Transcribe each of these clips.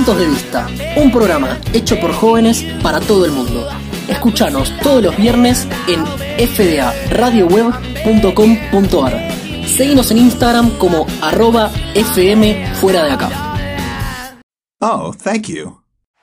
Puntos de Vista, un programa hecho por jóvenes para todo el mundo. Escúchanos todos los viernes en fdaradioweb.com.ar. Seguinos en Instagram como @FM fuera de acá. Oh, thank you.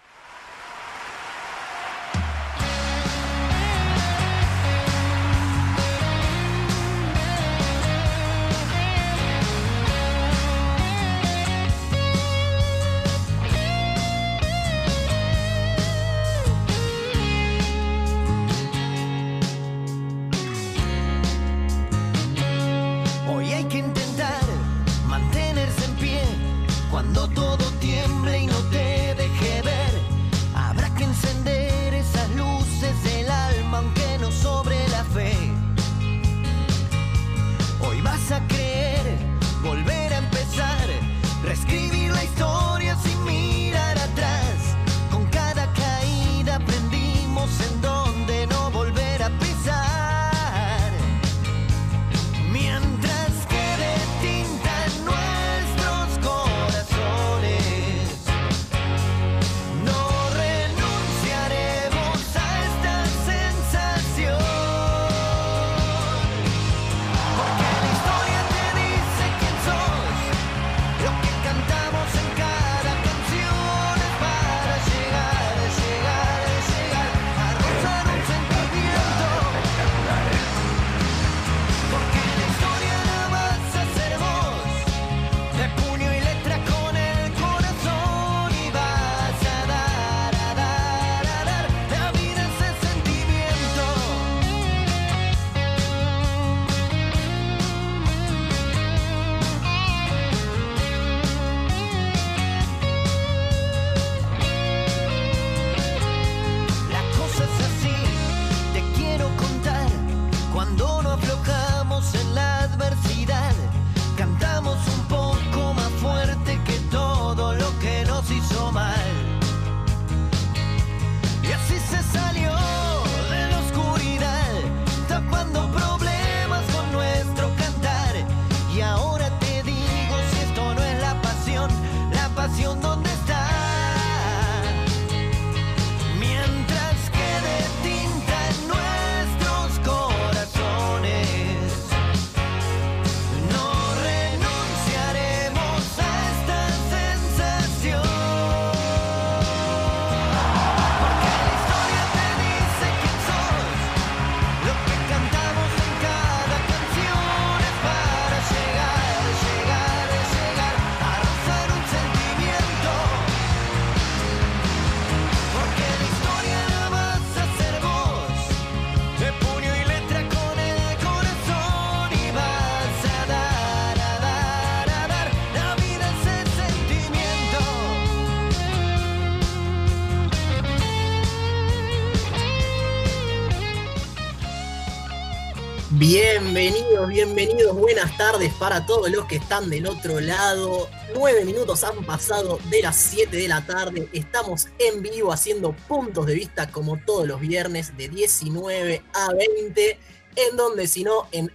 Bienvenidos, buenas tardes para todos los que están del otro lado. 9 minutos han pasado de las 7 de la tarde. Estamos en vivo haciendo Puntos de Vista como todos los viernes de 19 a 20. En donde si no, en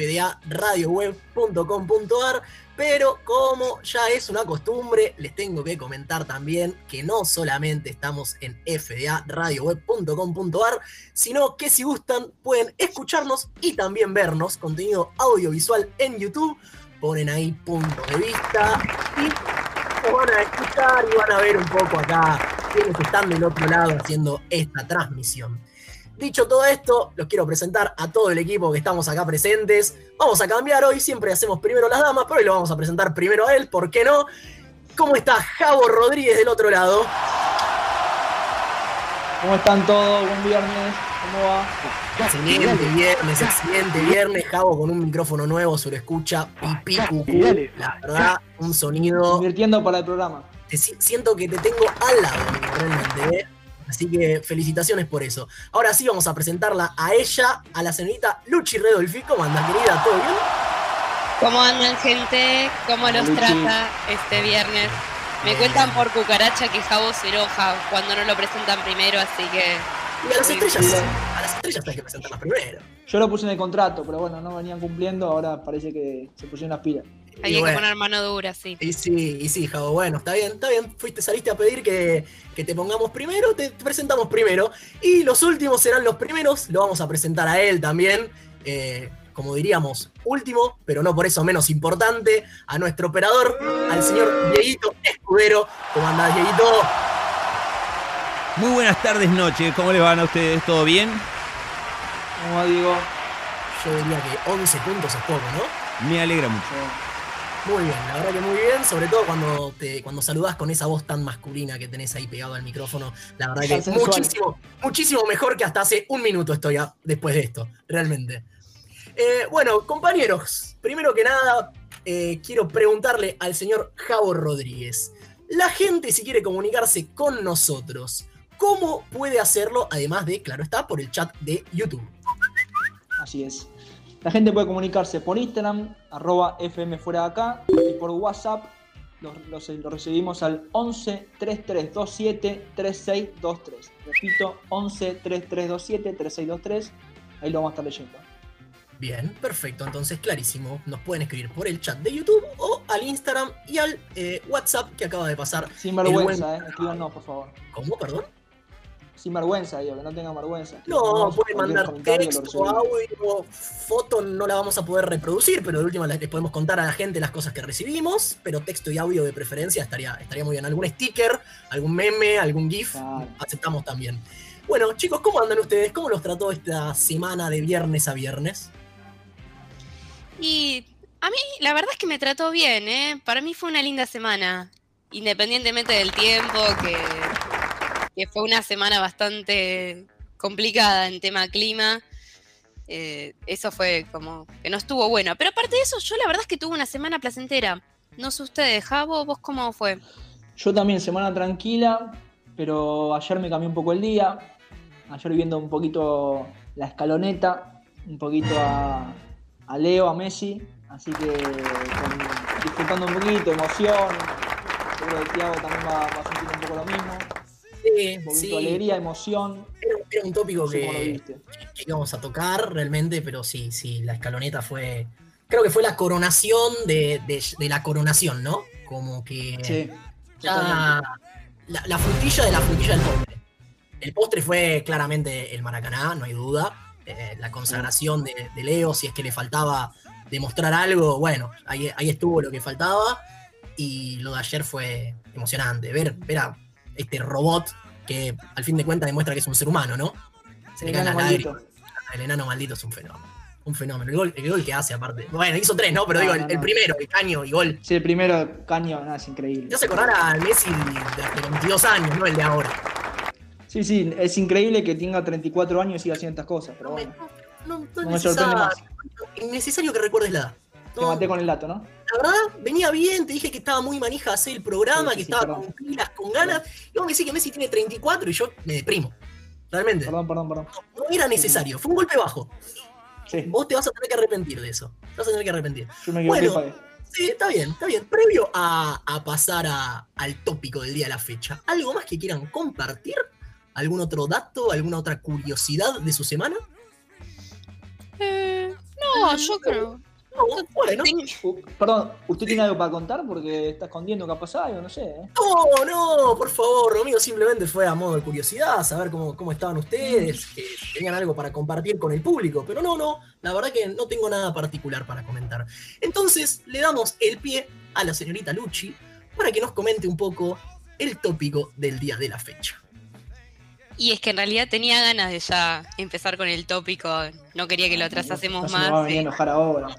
fdaradioweb.com.ar. Pero como ya es una costumbre, les tengo que comentar también que no solamente estamos en fdaradioweb.com.ar, sino que si gustan pueden escucharnos y también vernos, contenido audiovisual en YouTube. Ponen ahí Puntos de Vista y nos van a escuchar y van a ver un poco acá quienes están del otro lado haciendo esta transmisión. Dicho todo esto, los quiero presentar a todo el equipo que estamos acá presentes. Vamos a cambiar hoy, siempre hacemos primero las damas, pero hoy lo vamos a presentar primero a él, ¿por qué no? ¿Cómo está Javo Rodríguez del otro lado? ¿Cómo están todos? Buen viernes, ¿cómo va? Excelente viernes, Javo con un micrófono nuevo, se lo escucha pipí, cucú. La verdad, un sonido... Invirtiendo para el programa. Siento que te tengo al lado, realmente, ¿eh? Así que felicitaciones por eso. Ahora sí vamos a presentarla a ella, a la señorita Luchi Redolfi. ¿Cómo andan, querida? ¿Todo bien? ¿Cómo andan, gente? ¿Cómo los trata este viernes? Me cuentan por cucaracha que Javo se enoja cuando no lo presentan primero, así que... Y a las estrellas hay que presentarlas primero. Yo lo puse en el contrato, pero bueno, no venían cumpliendo, ahora parece que se pusieron las pilas. Había que poner mano dura, sí. Y sí, Javo, bueno, está bien. Saliste a pedir que te pongamos primero, te presentamos primero. Y los últimos serán los primeros, lo vamos a presentar a él también. Como diríamos, último, pero no por eso menos importante, a nuestro operador, al señor Dieguito Escudero. ¿Cómo andás, Dieguito? Muy buenas tardes, noches. ¿Cómo les van a ustedes? ¿Todo bien? ¿Cómo va, Diego? Yo diría que 11 puntos es poco, ¿no? Me alegra mucho. Muy bien, la verdad que muy bien, sobre todo cuando saludás con esa voz tan masculina que tenés ahí pegado al micrófono. La verdad que muchísimo mejor que hasta hace un minuto estoy después de esto, realmente. Bueno, compañeros, primero que nada, quiero preguntarle al señor Javo Rodríguez. La gente, si quiere comunicarse con nosotros, ¿cómo puede hacerlo? Además de, claro está, por el chat de YouTube. Así es. La gente puede comunicarse por Instagram, @fmfueradeacá, y por WhatsApp lo recibimos al 11 3327 3623. Repito, 11 3327 3623. Ahí lo vamos a estar leyendo. Bien, perfecto, entonces clarísimo. Nos pueden escribir por el chat de YouTube o al Instagram y al WhatsApp que acaba de pasar. Sin vergüenza, escríbanos, por favor. ¿Cómo, perdón? Sin vergüenza, digo, que no tengan vergüenza. No, pueden mandar texto, audio, foto, no la vamos a poder reproducir, pero de última les podemos contar a la gente las cosas que recibimos, pero texto y audio de preferencia estaría muy bien. Algún sticker, algún meme, algún GIF, aceptamos también. Bueno, chicos, ¿cómo andan ustedes? ¿Cómo los trató esta semana de viernes a viernes? Y a mí la verdad es que me trató bien, ¿eh? Para mí fue una linda semana, independientemente del tiempo, que fue una semana bastante complicada en tema clima. Eso fue como que no estuvo bueno. Pero aparte de eso, yo la verdad es que tuve una semana placentera. No sé ustedes, Javo, ¿vos cómo fue? Yo también, semana tranquila, pero ayer me cambió un poco el día. Ayer viendo un poquito la escaloneta, un poquito a Leo, a Messi. Así que disfrutando un poquito, emoción. Seguro que Thiago también va a sentir un poco lo mismo. Un poquito de alegría, emoción. Era un tópico que íbamos a tocar realmente, pero sí, la escaloneta fue... Creo que fue la coronación de la coronación, ¿no? Como que... Sí, ya la frutilla de la frutilla del postre. El postre fue claramente el Maracaná, no hay duda. La consagración de Leo, si es que le faltaba demostrar algo, bueno, ahí estuvo lo que faltaba. Y lo de ayer fue emocionante. Ver a este robot que al fin de cuentas demuestra que es un ser humano, ¿no? Se le caen las lágrimas. El enano maldito es un fenómeno. Un fenómeno. El gol que hace, aparte. Bueno, hizo 3, ¿no? Pero el primero, el caño y gol. Sí, el primero, caño, nada, es increíble. Te hace acordar al Messi de 22 años, no el de ahora. Sí, es increíble que tenga 34 años y siga haciendo estas cosas, pero bueno. No me sorprende más. Innecesario que recuerdes la edad. Te maté con el dato, ¿no? La verdad, venía bien, te dije que estaba muy manija hacer el programa, que estaba con pilas, con ganas. Y vos me decís que Messi tiene 34 y yo me deprimo. Realmente. Perdón. No era necesario, fue un golpe bajo. Sí. Vos te vas a tener que arrepentir de eso. Te vas a tener que arrepentir. Yo me equivoqué, sí, está bien. Previo a pasar al tópico del día de la fecha, ¿algo más que quieran compartir? ¿Algún otro dato, alguna otra curiosidad de su semana? No, yo creo... Bueno. Perdón, ¿usted tiene algo para contar? Porque está escondiendo que ha pasado, no sé. No, por favor, lo mío simplemente fue a modo de curiosidad, saber cómo estaban ustedes, que tenían algo para compartir con el público, pero no, la verdad que no tengo nada particular para comentar. Entonces, le damos el pie a la señorita Lucci para que nos comente un poco el tópico del día de la fecha. Y es que en realidad tenía ganas de ya empezar con el tópico, no quería que lo atrasásemos más. Me va a venir a enojar ahora.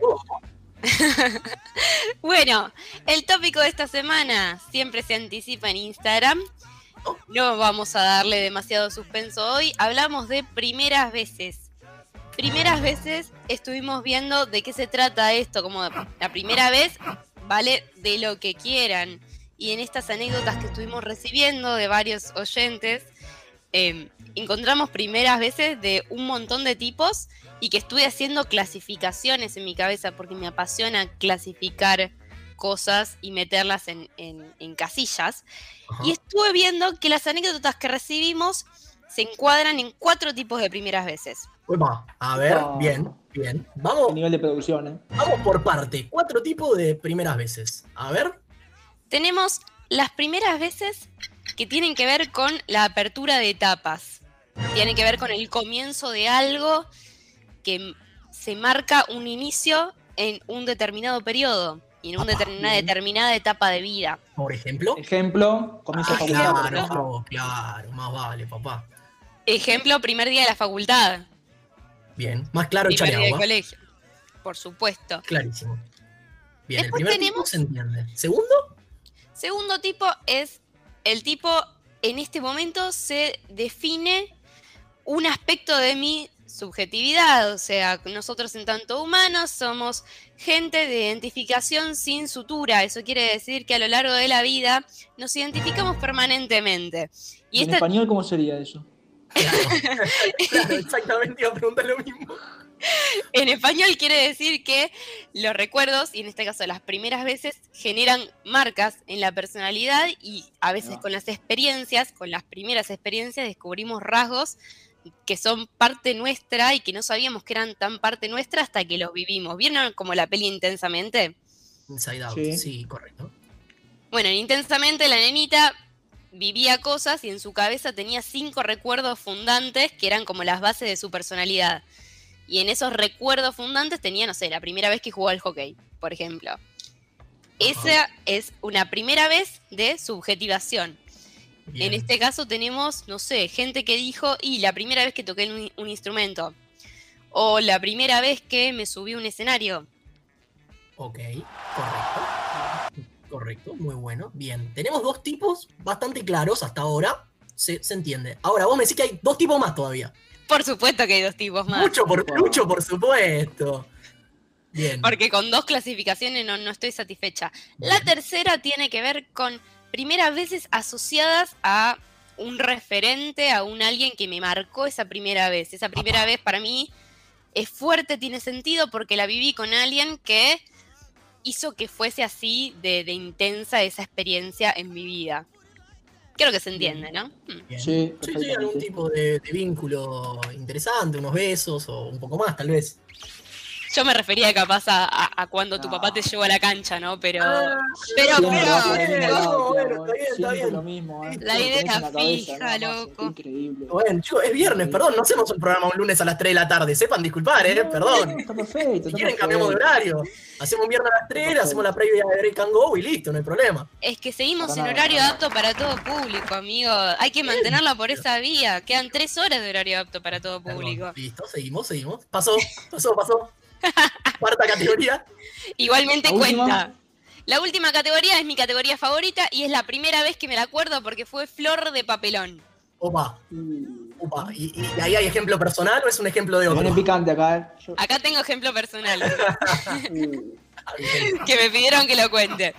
Bueno, el tópico de esta semana siempre se anticipa en Instagram. No vamos a darle demasiado suspenso hoy. Hablamos de primeras veces. Primeras veces estuvimos viendo de qué se trata esto, como la primera vez vale de lo que quieran. Y en estas anécdotas que estuvimos recibiendo de varios oyentes, encontramos primeras veces de un montón de tipos y que estuve haciendo clasificaciones en mi cabeza porque me apasiona clasificar cosas y meterlas en casillas. Ajá. Y estuve viendo que las anécdotas que recibimos se encuadran en 4 tipos de primeras veces. Uepa, a ver, Ah. bien. El Vamos, nivel de producción, ¿eh? vamos por parte. 4 tipos de primeras veces. A ver. Tenemos las primeras veces que tienen que ver con la apertura de etapas. Tienen que ver con el comienzo de algo que se marca un inicio en un determinado periodo y en una determinada etapa de vida. Por ejemplo. Ejemplo, comienzo facultad, por ejemplo. Claro, más vale, papá. Ejemplo, primer día de la facultad, Bien, más claro, primer echale día de agua. colegio, por supuesto. Clarísimo. Bien, Después el primer tipo tenemos- se entiende. ¿Segundo? Segundo tipo es el tipo, en este momento se define un aspecto de mi subjetividad, o sea, nosotros en tanto humanos somos gente de identificación sin sutura, eso quiere decir que a lo largo de la vida nos identificamos permanentemente. ¿Y en esta- español cómo sería eso? Claro, exactamente, iba a preguntar lo mismo. En español quiere decir que los recuerdos, y en este caso las primeras veces, generan marcas en la personalidad y a veces con las experiencias, con las primeras experiencias, descubrimos rasgos que son parte nuestra y que no sabíamos que eran tan parte nuestra hasta que los vivimos. ¿Vieron como la peli Intensamente? Inside Out, Sí. sí, correcto. Bueno, en Intensamente la nenita vivía cosas y en su cabeza tenía 5 recuerdos fundantes que eran como las bases de su personalidad. Y en esos recuerdos fundantes tenía, no sé, la primera vez que jugó al hockey, por ejemplo. Esa es una primera vez de subjetivación. Bien. En este caso tenemos, no sé, gente que dijo, y la primera vez que toqué un instrumento. O la primera vez que me subí a un escenario. Ok, correcto, muy bueno. Bien, tenemos 2 tipos bastante claros hasta ahora. Se entiende. Ahora, vos me decís que hay 2 tipos más todavía. Por supuesto que hay 2 tipos más. Mucho, por supuesto. Bien. Porque con 2 clasificaciones no estoy satisfecha. La tercera tiene que ver con primeras veces asociadas a un referente, a un alguien que me marcó esa primera vez. Esa primera vez para mí es fuerte, tiene sentido porque la viví con alguien que hizo que fuese así de intensa esa experiencia en mi vida. Creo que se entiende, ¿no? Bien. Sí, Sí, perfectamente. algún tipo de vínculo interesante, unos besos o un poco más, tal vez. Yo me refería capaz a cuando tu papá te llevó a la cancha, ¿no? Pero Siempre vas por el mismo pero, lado, bueno, Tiago, está bien, está siempre bien. lo mismo, ¿eh? La Lo idea tenés en la cabeza, fija, nada más, loco. Increíble. Bueno, chicos, es viernes, perdón, no hacemos un programa un lunes a las 3 de la tarde. Sepan disculpar, perdón. No, está perfecto. Si quieren, cambiamos de horario. Hacemos un viernes a las 3, hacemos la previa de Break and Go y listo, no hay problema. Es que seguimos Para en nada, horario para nada. apto para todo público, amigo. Hay que mantenerla por esa vía. Quedan 3 horas de horario apto para todo público. Perdón. Listo, seguimos. Pasó. Cuarta categoría. Igualmente ¿La última? cuenta. La última categoría es mi categoría favorita y es la primera vez que me la acuerdo porque fue Flor de Papelón. Opa. ¿Y ahí hay ejemplo personal o es un ejemplo de Me otro? viene picante acá, ¿eh? Acá tengo ejemplo personal Ah, bien. que me pidieron que lo cuente.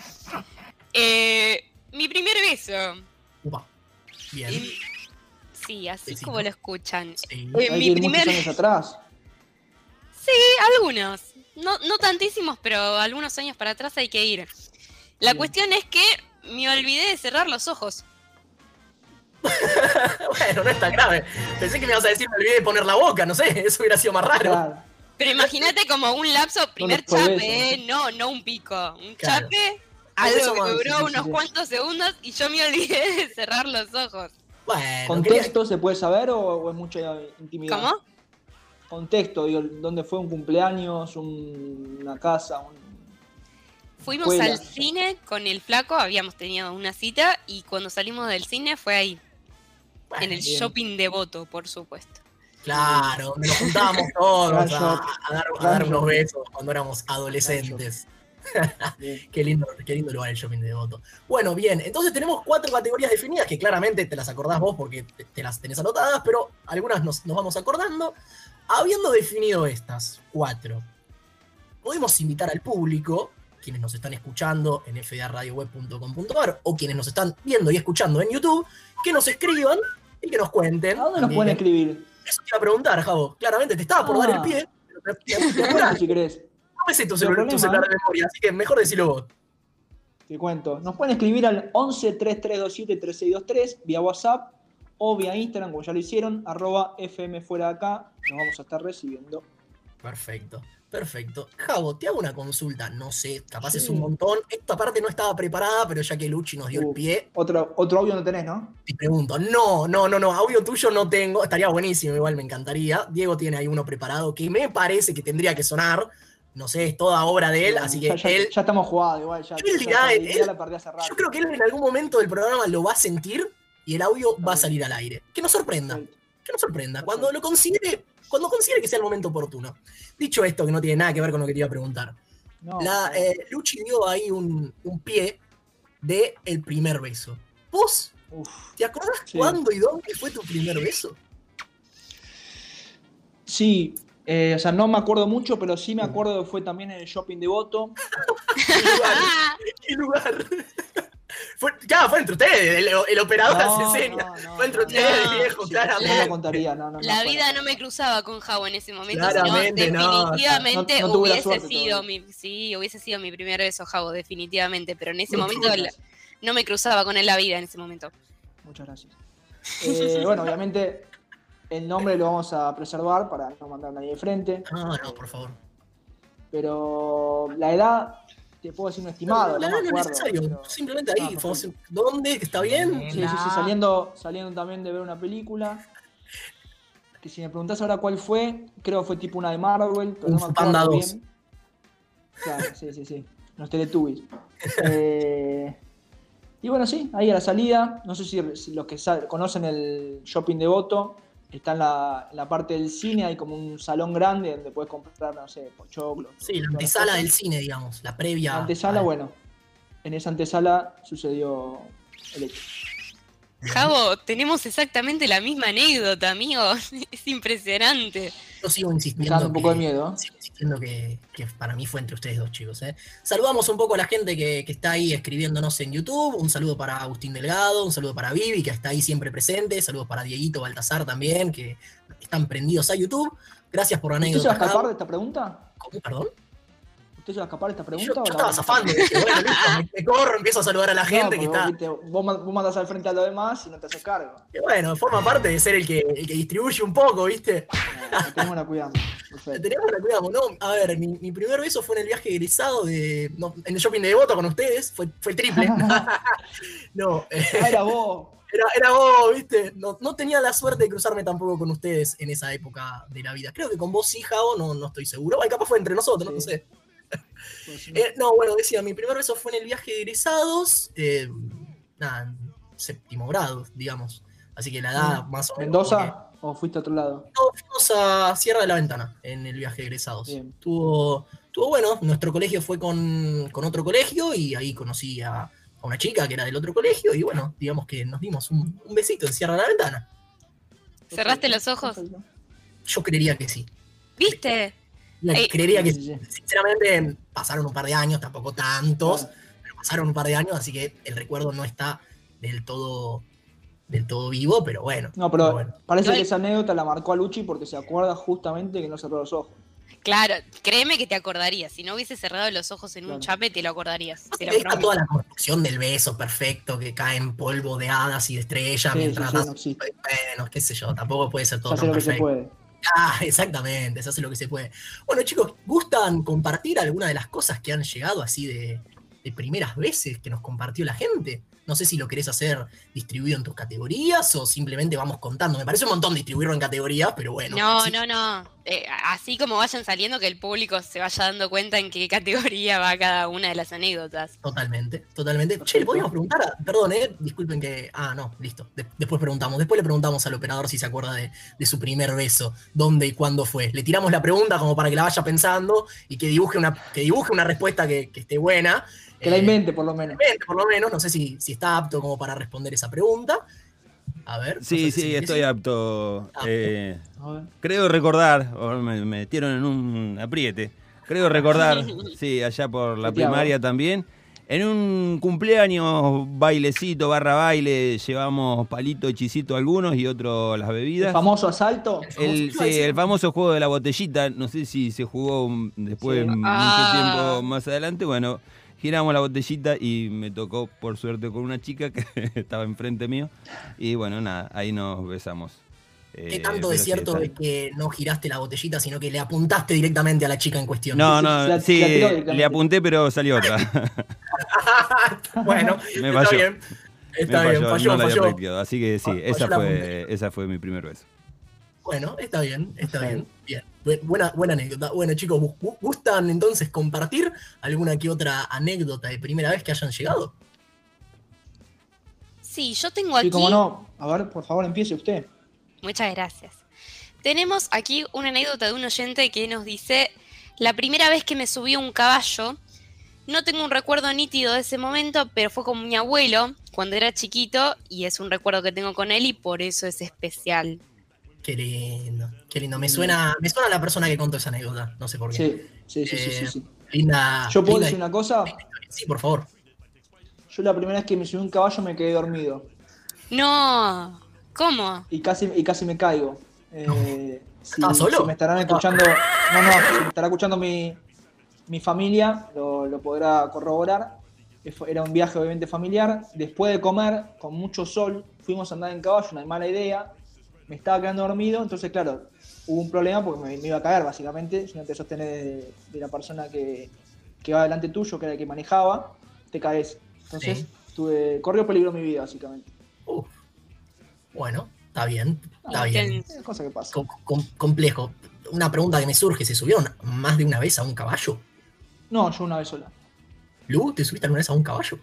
Mi primer beso. Opa. Bien. Sí, así Besito. como lo escuchan. Sí. Hay que Mi ir primer... muchos años atrás. Algunos. No tantísimos, pero algunos años para atrás hay que ir. La Bien. cuestión es que me olvidé de cerrar los ojos. Bueno, no es tan grave. Pensé que me ibas a decir me olvidé de poner la boca, no sé, eso hubiera sido más raro. Claro. Pero imagínate como un lapso, primer fue chape, beso, no un pico. Un Claro. chape, Eso algo que más, duró sí, unos sí. cuantos segundos y yo me olvidé de cerrar los ojos. Bueno, ¿Contexto se puede saber o es mucha intimidad? ¿Cómo? Contexto, digo, ¿dónde fue un cumpleaños, una casa? Fuimos Escuela. al cine con el flaco, habíamos tenido una cita y cuando salimos del cine fue ahí, Bueno, en el bien. shopping Devoto, por supuesto. Claro, donde nos juntábamos todos Gran a shot. dar Gran unos shot. besos cuando éramos adolescentes. Bien. Qué lindo lugar el shopping de Devoto. Bueno, bien, entonces tenemos 4 categorías definidas que claramente te las acordás vos porque te las tenés anotadas, pero algunas nos vamos acordando. Habiendo definido estas 4, podemos invitar al público, quienes nos están escuchando en fdaradioweb.com.ar o quienes nos están viendo y escuchando en YouTube, que nos escriban y que nos cuenten. ¿A dónde nos también. pueden escribir? Eso te iba a preguntar, Javo. Claramente te estaba por dar el pie, pero te apurás. Si querés, No me sé tu No hay celular problema, de memoria, así que mejor decilo vos. te cuento. Nos pueden escribir al 11 3327 3623 vía WhatsApp o vía Instagram, como ya lo hicieron, @fmfuera de acá. Nos vamos a estar recibiendo. Perfecto. Javo, te hago una consulta, no sé, capaz Sí. es un montón. Esta parte no estaba preparada, pero ya que Luchi nos dio el pie, Otro audio no tenés, ¿no? te pregunto. No, audio tuyo no tengo, estaría buenísimo, igual me encantaría. Diego tiene ahí uno preparado que me parece que tendría que sonar. No sé, es toda obra de él, Bueno, así que ya él... estamos jugados igual. Ya la perdí hace rato. Yo creo que él en algún momento del programa lo va a sentir y el audio va a salir al aire. Que nos sorprenda. Perfecto. Que nos sorprenda. Cuando considere que sea el momento oportuno. Dicho esto, que no tiene nada que ver con lo que te iba a preguntar. No, Luchi dio ahí un pie de el primer beso. ¿Vos te acordás Sí. cuándo y dónde fue tu primer beso? Sí, o sea, no me acuerdo mucho, pero sí me acuerdo que fue también en el shopping de Voto. ¿Qué lugar? Fue entre ustedes, el operador hace señas. Fue entre ustedes, no. viejo, No claramente. lo contaría, no. La vida no me cruzaba con Javo en ese momento, Claramente, sino no. definitivamente No tuve la hubiese suerte sido todavía. hubiese sido mi primer beso, Javo, definitivamente, pero en ese Muchas momento gracias. no me cruzaba con él la vida en ese momento. Muchas gracias. Bueno, obviamente el nombre lo vamos a preservar para no mandar a nadie de frente. No, por favor. Pero la edad, te puedo decir un estimado, La no verdad me no es acuerdo. necesario. pero- Simplemente ahí. perfecto. ¿Dónde? ¿Está bien? Sí, saliendo también de ver una película. Que si me preguntás ahora cuál fue, creo que fue tipo una de Marvel, pero no Kung me Fu Panda acuerdo 2. bien. Claro, sí. Los Teletubbies. Y bueno, sí, ahí a la salida. No sé si los que conocen el shopping de Voto, está en la parte del cine, hay como un salón grande donde puedes comprar, no sé, pochoclos. Sí, la todas las antesala cosas. del cine, digamos. La previa. La antesala, al- bueno, en esa antesala sucedió el hecho. Javo, tenemos exactamente la misma anécdota, amigo. Es impresionante. Yo sigo Me insistiendo. está dando un poco de miedo. Sigo insistiendo que para mí fue entre ustedes dos, chicos. Saludamos un poco a la gente que está ahí escribiéndonos en YouTube. Un saludo para Agustín Delgado, un saludo para Vivi, que está ahí siempre presente. Saludos para Dieguito Baltasar también, que están prendidos a YouTube. Gracias por la ¿Usted se anécdota. va a escapar Javo. de esta pregunta? ¿Cómo? ¿Perdón? ¿Usted se va a escapar de esta Yo pregunta? o la estaba vamos a zafando. hacer? Dije, bueno, listo, me corro, empiezo a saludar a la gente que porque está. vos mandás al frente a los demás y no te haces cargo. Que bueno, forma parte de ser el que distribuye un poco, ¿viste? Tenemos la cuidamos. Perfecto. Tenemos la cuidamos, ¿no? A ver, mi primer beso fue en el viaje egresado en el shopping de Devoto con ustedes, fue triple. No, Era vos. era vos, ¿viste? No tenía la suerte de cruzarme tampoco con ustedes en esa época de la vida. Creo que con vos sí, Javo, no estoy seguro. Ay, capaz fue entre nosotros, no Sí. sé. Pues, sí. No, bueno, decía, mi primer beso fue en el viaje de egresados, en séptimo grado, digamos. Así que la edad más o menos. ¿Mendoza o fuiste a otro lado? No, fuimos a Sierra de la Ventana en el viaje de egresados. Bien. Estuvo bueno, nuestro colegio fue con otro colegio y ahí conocí a una chica que era del otro colegio y bueno, digamos que nos dimos un besito en Sierra de la Ventana. ¿Cerraste los ojos? Perfecto. Yo creería que sí. ¿Viste? Creería que Sí, sí. sinceramente pasaron un par de años, tampoco tantos, Claro. pero pasaron un par de años, así que el recuerdo no está del todo vivo, pero bueno. No, pero bueno. parece Igual- que esa anécdota la marcó a Luchi porque se acuerda justamente que no cerró los ojos. Claro, créeme que te acordarías. Si no hubiese cerrado los ojos en un Claro. chape, te lo acordarías. Te lo Ahí está prometo. toda la construcción del beso perfecto, que cae en polvo de hadas y de estrellas Sí, mientras sí, das- no existe. bueno, qué sé yo, tampoco puede ser todo Se hace tan lo que se perfecto. puede. Exactamente, se hace lo que se puede. Bueno, chicos, ¿gustan compartir alguna de las cosas que han llegado así de primeras veces que nos compartió la gente? No sé si lo querés hacer distribuido en tus categorías o simplemente vamos contando. Me parece un montón distribuirlo en categorías, pero bueno. No, sí. no. Así como vayan saliendo, que el público se vaya dando cuenta en qué categoría va cada una de las anécdotas. Totalmente. Che, le podríamos preguntar, perdón, disculpen que. No, listo. Después le preguntamos al operador si se acuerda de su primer beso, dónde y cuándo fue. Le tiramos la pregunta como para que la vaya pensando y que dibuje una respuesta que esté buena. Que la invente, por lo menos. Por lo menos, no sé si está apto como para responder esa pregunta. A ver. no Sí, sé si estoy apto. A ver. Creo recordar, me metieron en un apriete. Creo recordar, sí, allá por la Santiago. primaria también. En un cumpleaños, bailecito, baile, llevamos palito, hechicito algunos y otros las El bebidas. famoso asalto. El famoso juego de la botellita, no sé si se jugó después Sí. mucho Ah. tiempo más adelante. Bueno, giramos la botellita y me tocó, por suerte, con una chica que estaba enfrente mío. Y bueno, nada, ahí nos besamos. ¿Qué tanto de pero cierto sí, de que no giraste la botellita, sino que le apuntaste directamente a la chica en cuestión? No, sí, La tiró directamente. le apunté, pero salió otra. Bueno, Me está falló. bien. Me Está bien, falló, no la había falló. practicado. Así que sí, Falló la esa fue mi primer beso. Bueno, está bien, está bien. Bien. Buena anécdota. Bueno, chicos, ¿gustan entonces compartir alguna que otra anécdota de primera vez que hayan llegado? Sí, yo tengo aquí... Sí, como no. A ver, por favor, empiece usted. Muchas gracias. Tenemos aquí una anécdota de un oyente que nos dice: la primera vez que me subí a un caballo, no tengo un recuerdo nítido de ese momento, pero fue con mi abuelo cuando era chiquito y es un recuerdo que tengo con él y por eso es especial. Qué lindo, qué lindo. Me suena a la persona que contó esa anécdota, no sé por qué. Sí. Linda. ¿Yo puedo linda decir una cosa? historia. Sí, por favor. Yo la primera vez que me subí a un caballo me quedé dormido. No, ¿cómo? Y casi me caigo. ¿Estabas solo? Si me estarán escuchando... No, si me estará escuchando mi familia, lo podrá corroborar. Era un viaje obviamente familiar. Después de comer, con mucho sol, fuimos a andar en caballo, una mala idea. Me estaba quedando dormido, entonces claro, hubo un problema porque me iba a caer básicamente. Si no te sostenés de la persona que va delante tuyo, que era el que manejaba, te caes. Entonces corrió peligro mi vida básicamente. Bueno, está bien, está bien. Es cosa que pasa. Complejo. Una pregunta que me surge, ¿se subieron más de una vez a un caballo? No, yo una vez sola. Lu, ¿te subiste alguna vez a un caballo?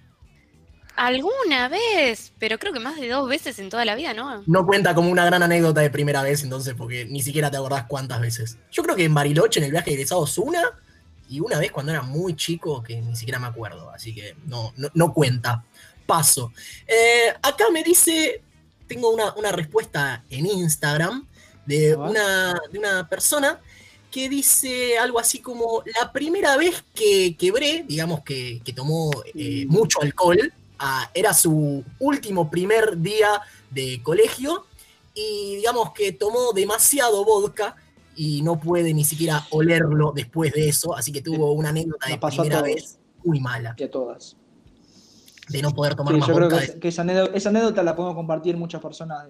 Alguna vez, pero creo que más de 2 veces en toda la vida, ¿no? No cuenta como una gran anécdota de primera vez, entonces, porque ni siquiera te acordás cuántas veces. Yo creo que en Bariloche, en el viaje de egresados, y una vez cuando era muy chico, que ni siquiera me acuerdo, así que no cuenta. Paso. Acá me dice, tengo una respuesta en Instagram de una persona que dice algo así como: la primera vez que quebré, digamos que tomó mucho alcohol, era su último primer día de colegio y digamos que tomó demasiado vodka y no puede ni siquiera olerlo después de eso, así que tuvo una anécdota de primera vez muy mala. Y a todas. De no poder tomar Sí, más yo vodka. creo que esa anécdota la podemos compartir muchas personas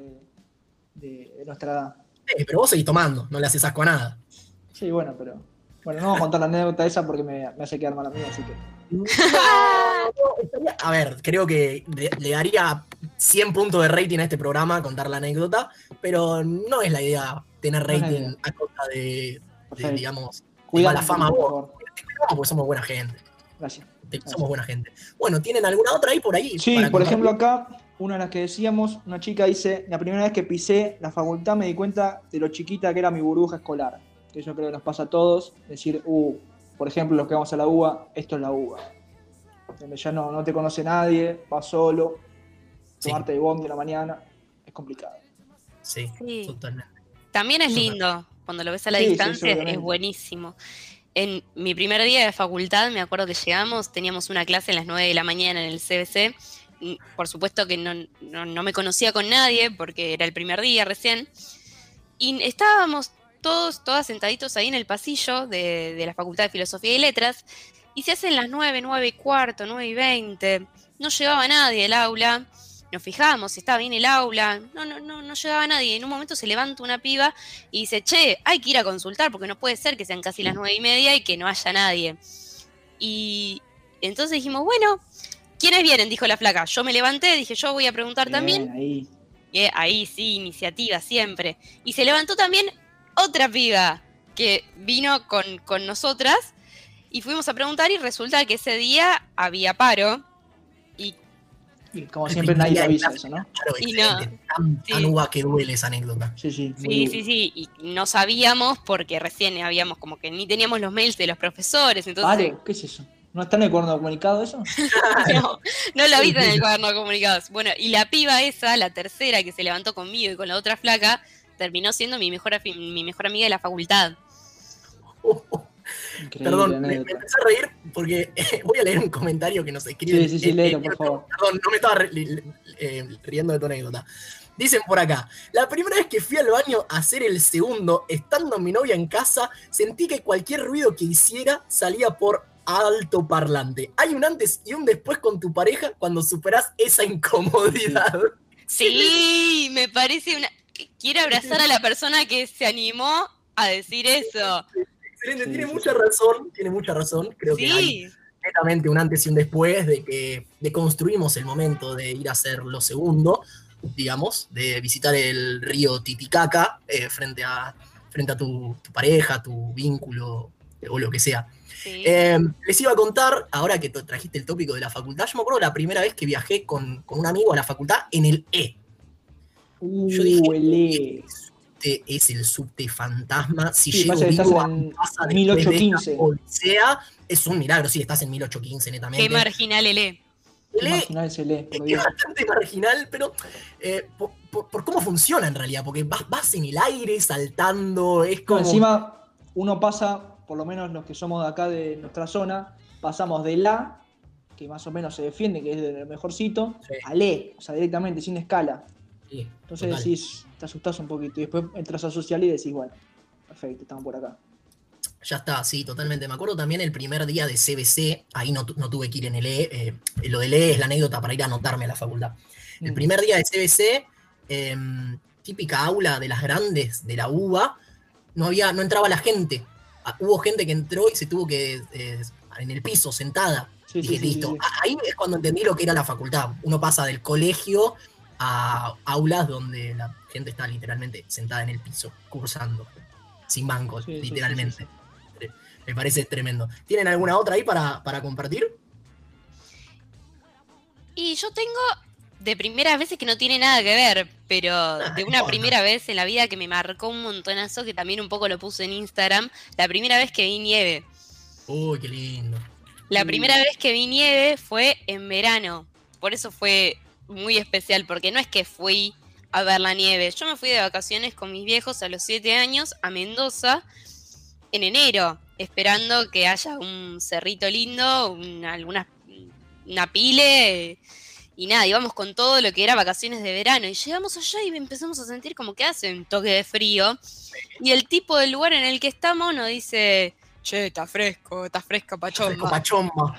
de nuestra edad. Pero vos seguís tomando, no le haces asco a nada. Sí, bueno, pero... Bueno, no vamos a contar la anécdota esa porque me hace quedar mal a mí, así que... A ver, creo que le daría 100 puntos de rating a este programa contar la anécdota, pero no es la idea tener rating a costa de digamos, cuidado la fama por vos. favor. Porque somos buena gente. Gracias. Somos buena gente. Bueno, ¿tienen alguna otra ahí por ahí? Sí, por ejemplo acá, una de las que decíamos, una chica dice: la primera vez que pisé la facultad me di cuenta de lo chiquita que era mi burbuja escolar. Que yo creo que nos pasa a todos, decir, por ejemplo, los que vamos a la UBA, esto es la UBA. Donde ya no te conoce nadie, vas solo, tomarte de bondi en la mañana, es complicado. Sí, totalmente. También es lindo, cuando lo ves a la distancia es buenísimo. En mi primer día de facultad, me acuerdo que llegamos, teníamos una clase a las 9 de la mañana en el CBC. Por supuesto que no me conocía con nadie, porque era el primer día recién. Y estábamos todas sentaditos ahí en el pasillo de la Facultad de Filosofía y Letras, y se hacen las 9, 9:15, 9:20, no llegaba nadie al aula, nos fijábamos si estaba bien el aula, no llegaba nadie. En un momento se levanta una piba y dice: che, hay que ir a consultar porque no puede ser que sean casi las 9:30 y que no haya nadie. Y entonces dijimos, bueno, ¿quiénes vienen?, dijo la flaca. Yo me levanté, dije, yo voy a preguntar también. Ahí sí, iniciativa siempre. Y se levantó también otra piba que vino con nosotras y fuimos a preguntar y resulta que ese día había paro y como siempre nadie te avisa eso, ¿no? Claro, y tan uva que duele esa anécdota. Sí, y no sabíamos porque recién habíamos como que ni teníamos los mails de los profesores, entonces... Vale, ¿qué es eso? ¿No está en el cuaderno de comunicado eso? no lo viste en el cuaderno de comunicados. Bueno, y la piba esa, la tercera que se levantó conmigo y con la otra flaca, terminó siendo mi mejor amiga de la facultad. Perdón, me empecé a reír porque voy a leer un comentario que nos escribe. Sí, léelo, por favor. Perdón, no me estaba riendo de tu anécdota. Dicen por acá: la primera vez que fui al baño a hacer el segundo, estando mi novia en casa, sentí que cualquier ruido que hiciera salía por altoparlante. Hay un antes y un después con tu pareja cuando superás esa incomodidad. Sí, me parece una... Quiero abrazar a la persona que se animó a decir eso. Excelente, Sí, tiene sí, mucha razón. Creo que hay Sí, netamente un antes y un después de que construimos el momento de ir a hacer lo segundo, digamos, de visitar el río Titicaca frente a tu pareja, tu vínculo o lo que sea. sí. Les iba a contar, ahora que trajiste el tópico de la facultad, yo me acuerdo la primera vez que viajé con un amigo a la facultad en el E. Yo dije, el E. este es el subte fantasma. Si Sí, llego pasa que estás vivo a en mi casa después 1815. de esta odisea, es un milagro. Sí, estás en 1815 netamente. Qué marginal el E. El E Marginal es el E, por es Dios. bastante marginal, pero por cómo funciona en realidad, porque vas en el aire saltando, es No, como... encima uno pasa, por lo menos los que somos de acá de nuestra zona, pasamos del A, que más o menos se defiende, que es el mejorcito, Sí. al E, o sea, directamente, sin escala. Sí, Entonces total. decís, te asustás un poquito y después entras a social y decís, bueno, perfecto, estamos por acá. Ya está, sí, totalmente. Me acuerdo también el primer día de CBC, ahí no tuve que ir en el E, lo del E es la anécdota para ir a anotarme a la facultad. El primer día de CBC, típica aula de las grandes de la UBA, no entraba la gente. Hubo gente que entró y se tuvo que, en el piso, sentada. Sí, Dije, sí, sí, listo. sí. Ahí es cuando entendí lo que era la facultad. Uno pasa del colegio a aulas donde la gente está literalmente sentada en el piso, cursando, sin bancos, Sí, sí, literalmente. sí, Me parece tremendo. ¿Tienen alguna otra ahí para compartir? Y yo tengo de primeras veces que no tiene nada que ver, pero de una primera vez en la vida que me marcó un montonazo, que también un poco lo puse en Instagram, la primera vez que vi nieve. Uy, qué lindo. La primera vez que vi nieve fue en verano, por eso fue muy especial, porque no es que fui a ver la nieve, yo me fui de vacaciones con mis viejos a los 7 años a Mendoza en enero, esperando que haya un cerrito lindo, una pile, y nada, íbamos con todo lo que era vacaciones de verano, y llegamos allá y empezamos a sentir como que hace un toque de frío, y el tipo del lugar en el que estamos nos dice, che, está fresca Fresco pachomba. pachomba.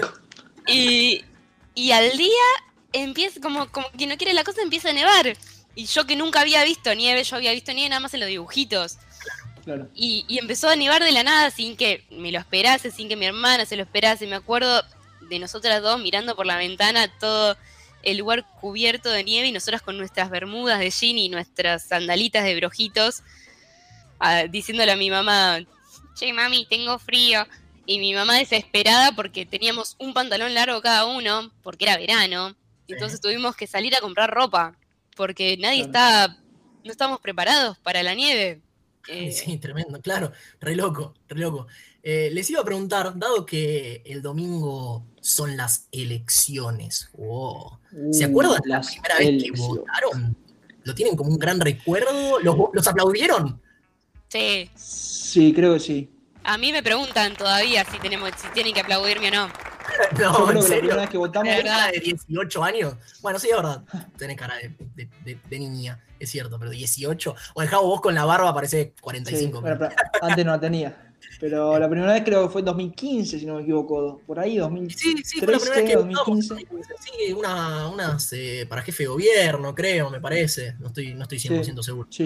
Y al día empieza, como que no quiere la cosa, empieza a nevar. Y yo que nunca había visto nieve, yo había visto nieve nada más en los dibujitos. Claro. Y empezó a nevar de la nada sin que me lo esperase, sin que mi hermana se lo esperase. Me acuerdo de nosotras dos mirando por la ventana todo el lugar cubierto de nieve y nosotras con nuestras bermudas de jean y nuestras sandalitas de brojitos, diciéndole a mi mamá, che mami, tengo frío. Y mi mamá desesperada porque teníamos un pantalón largo cada uno, porque era verano. Sí. Entonces tuvimos que salir a comprar ropa, porque nadie Claro. no estábamos preparados para la nieve. Sí, tremendo, claro, re loco, re loco. Les iba a preguntar, dado que el domingo son las elecciones, ¿se acuerdan de la Las primera vez que elecciones. votaron? ¿Lo tienen como un gran recuerdo? ¿Los aplaudieron? Sí. Sí, creo que sí. A mí me preguntan todavía si tienen que aplaudirme o no. Yo No, creo en que la serio. primera vez que votamos, De ¿Tenés verdad. cara de 18 años? Bueno, sí, es verdad. Tenés cara de niña, es cierto, pero 18. O dejado vos con la barba, parece sí, 45. bueno, pero antes no la tenía. Pero la primera vez creo que fue en 2015, si no me equivoco. Por ahí, 2013, Sí, fue la primera vez que votamos. 2015. Sí, unas para jefe de gobierno, creo, me parece. No estoy 100% seguro. Sí.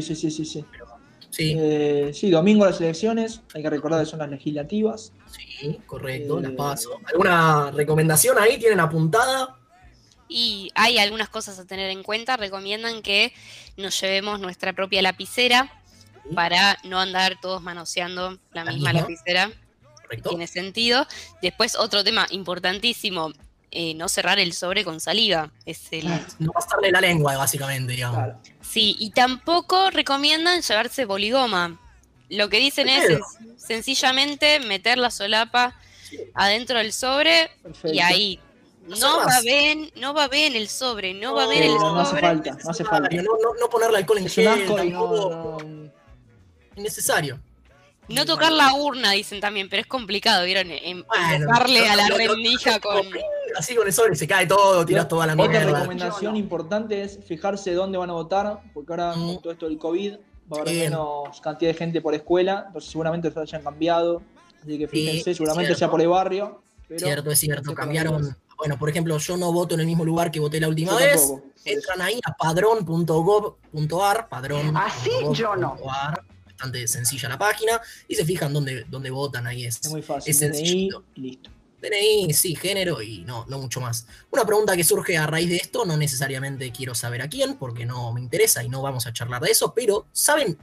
Sí, Sí, domingo las elecciones. Hay que recordar que son las legislativas. sí, correcto, las paso. ¿Alguna recomendación ahí? ¿Tienen apuntada? Y hay algunas cosas a tener en cuenta. Recomiendan que nos llevemos nuestra propia lapicera para no andar todos manoseando la misma lapicera. Correcto. Tiene sentido. Después, otro tema importantísimo, no cerrar el sobre con saliva. No pasarle la lengua, básicamente, digamos. Claro. Sí, y tampoco recomiendan llevarse boligoma. Lo que dicen es sencillamente meter la solapa adentro del sobre Perfecto. y ahí. No va bien el sobre, no va bien el No sobre. hace falta, no hace falta. No ponerle alcohol en Es un gel, asco y tampoco. no. Innecesario. No tocar la urna, dicen también, pero es complicado, ¿vieron? Bueno, Tocarle a la lo- rendija con... Así con el sobre se cae todo, tirás toda la Otra mierda. recomendación importante es fijarse dónde van a votar, porque ahora con todo esto del COVID va a haber Bien. menos cantidad de gente por escuela, entonces seguramente se hayan cambiado. Así que fíjense, Sí, seguramente cierto. sea por el barrio. Pero Es cierto, fíjense cambiaron. Bueno, por ejemplo, yo no voto en el mismo lugar que voté la última Yo vez. tampoco, por eso. Entran ahí a padrón.gov.ar, Así yo no. bastante sencilla la página, y se fijan dónde votan, ahí es Es muy fácil. es DNI sencillito. y listo. DNI, sí, género y no mucho más. Una pregunta que surge a raíz de esto, no necesariamente quiero saber a quién, porque no me interesa y no vamos a charlar de eso, pero ¿saben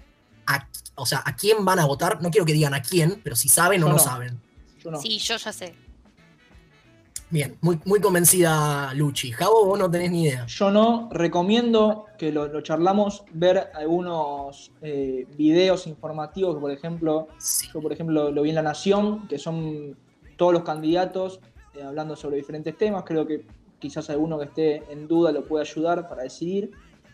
a quién van a votar? No quiero que digan a quién, pero si saben o Yo no no. saben. Yo no. Sí, yo ya sé. Bien, muy convencida Luchi. Javo, vos no tenés ni idea. Yo no recomiendo que lo charlamos, ver algunos videos informativos que, por ejemplo, Sí. yo, por ejemplo, lo vi en La Nación, que son todos los candidatos hablando sobre diferentes temas. Creo que quizás alguno que esté en duda lo puede ayudar para decidir.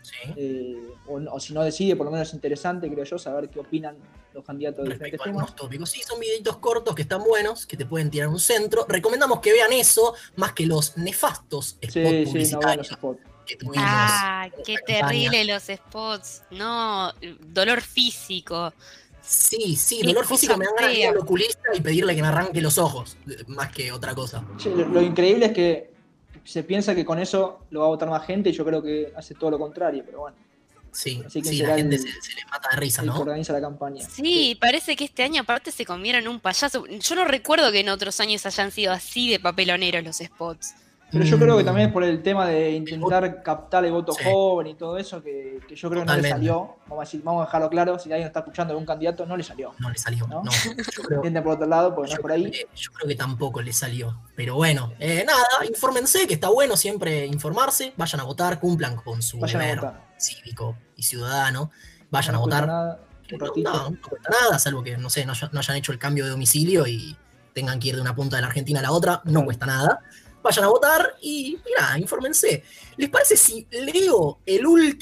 Sí. O si no decide, por lo menos es interesante, creo yo, saber qué opinan los candidatos de diferentes Respecto a temas. algunos tópicos. Sí, son videitos cortos que están buenos, que te pueden tirar un centro. Recomendamos que vean eso, más que los nefastos spots Sí, no vean publicitarios los spots. que tuvimos. Ah, qué esta campaña. terrible los spots. No, dolor físico. Sí, Qué dolor cosa físico, me dan ganas de ir fea. al oculista y pedirle que me arranque los ojos, más que otra cosa. Che, lo increíble es que se piensa que con eso lo va a votar más gente y yo creo que hace todo lo contrario, pero bueno, Sí, Así que sí, será la gente el- se le mata de risa, el que ¿no? organiza la campaña. Sí, parece que este año aparte se comieron un payaso. Yo no recuerdo que en otros años hayan sido así de papeloneros los spots. Pero yo creo que también es por el tema de intentar captar el voto Sí. joven y todo eso, que yo creo que no le Totalmente. salió. Vamos a dejarlo claro, si alguien está escuchando algún candidato, no le salió. No le salió, ¿No? no. Yo creo, Intenten por otro lado, porque no es por ahí. yo creo que tampoco le salió. Pero bueno, nada, infórmense, que está bueno siempre informarse. Vayan a votar, cumplan con su Vayan a deber votar. cívico y ciudadano. Vayan No a cuesta votar. nada, un ratito. No cuesta nada, salvo que, no sé, no hayan hecho el cambio de domicilio y tengan que ir de una punta de la Argentina a la otra. No Claro. cuesta nada. Vayan a votar y, mirá, infórmense. ¿Les parece si leo el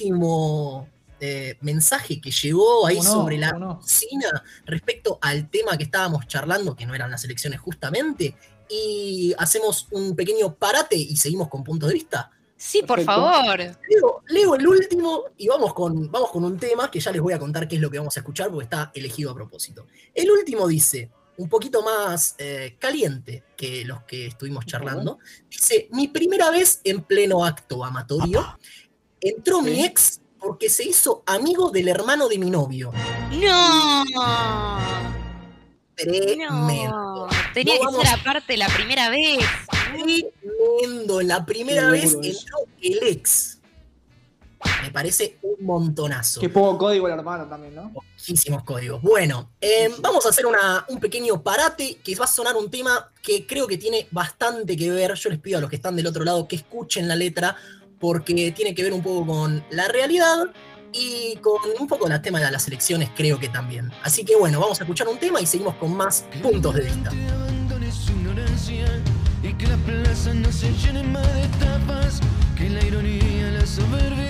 último mensaje que llegó ahí ¿Cómo no? sobre la ¿Cómo no? cocina respecto al tema que estábamos charlando, que no eran las elecciones justamente? Y hacemos un pequeño parate y seguimos con puntos de vista. Sí, por Perfecto. favor. Leo el último y vamos con un tema que ya les voy a contar qué es lo que vamos a escuchar porque está elegido a propósito. El último dice, un poquito más caliente que los que estuvimos charlando, dice, mi primera vez en pleno acto amatorio, entró mi ex porque se hizo amigo del hermano de mi novio. No. Tremendo. No. Tenía No que vamos- ser aparte la primera vez. Tremendo. En la primera Qué vez duro eso. entró el ex. Me parece un montonazo. Qué poco código el hermano también, ¿no? Muchísimos códigos. Bueno, vamos a hacer un pequeño parate que va a sonar un tema que creo que tiene bastante que ver. Yo les pido a los que están del otro lado que escuchen la letra porque tiene que ver un poco con la realidad y con un poco el tema de las elecciones, creo que también. Así que bueno, vamos a escuchar un tema y seguimos con más puntos de vista. Abandones ignorancia y que la plaza no se llene más de tapas, que la ironía, la soberbia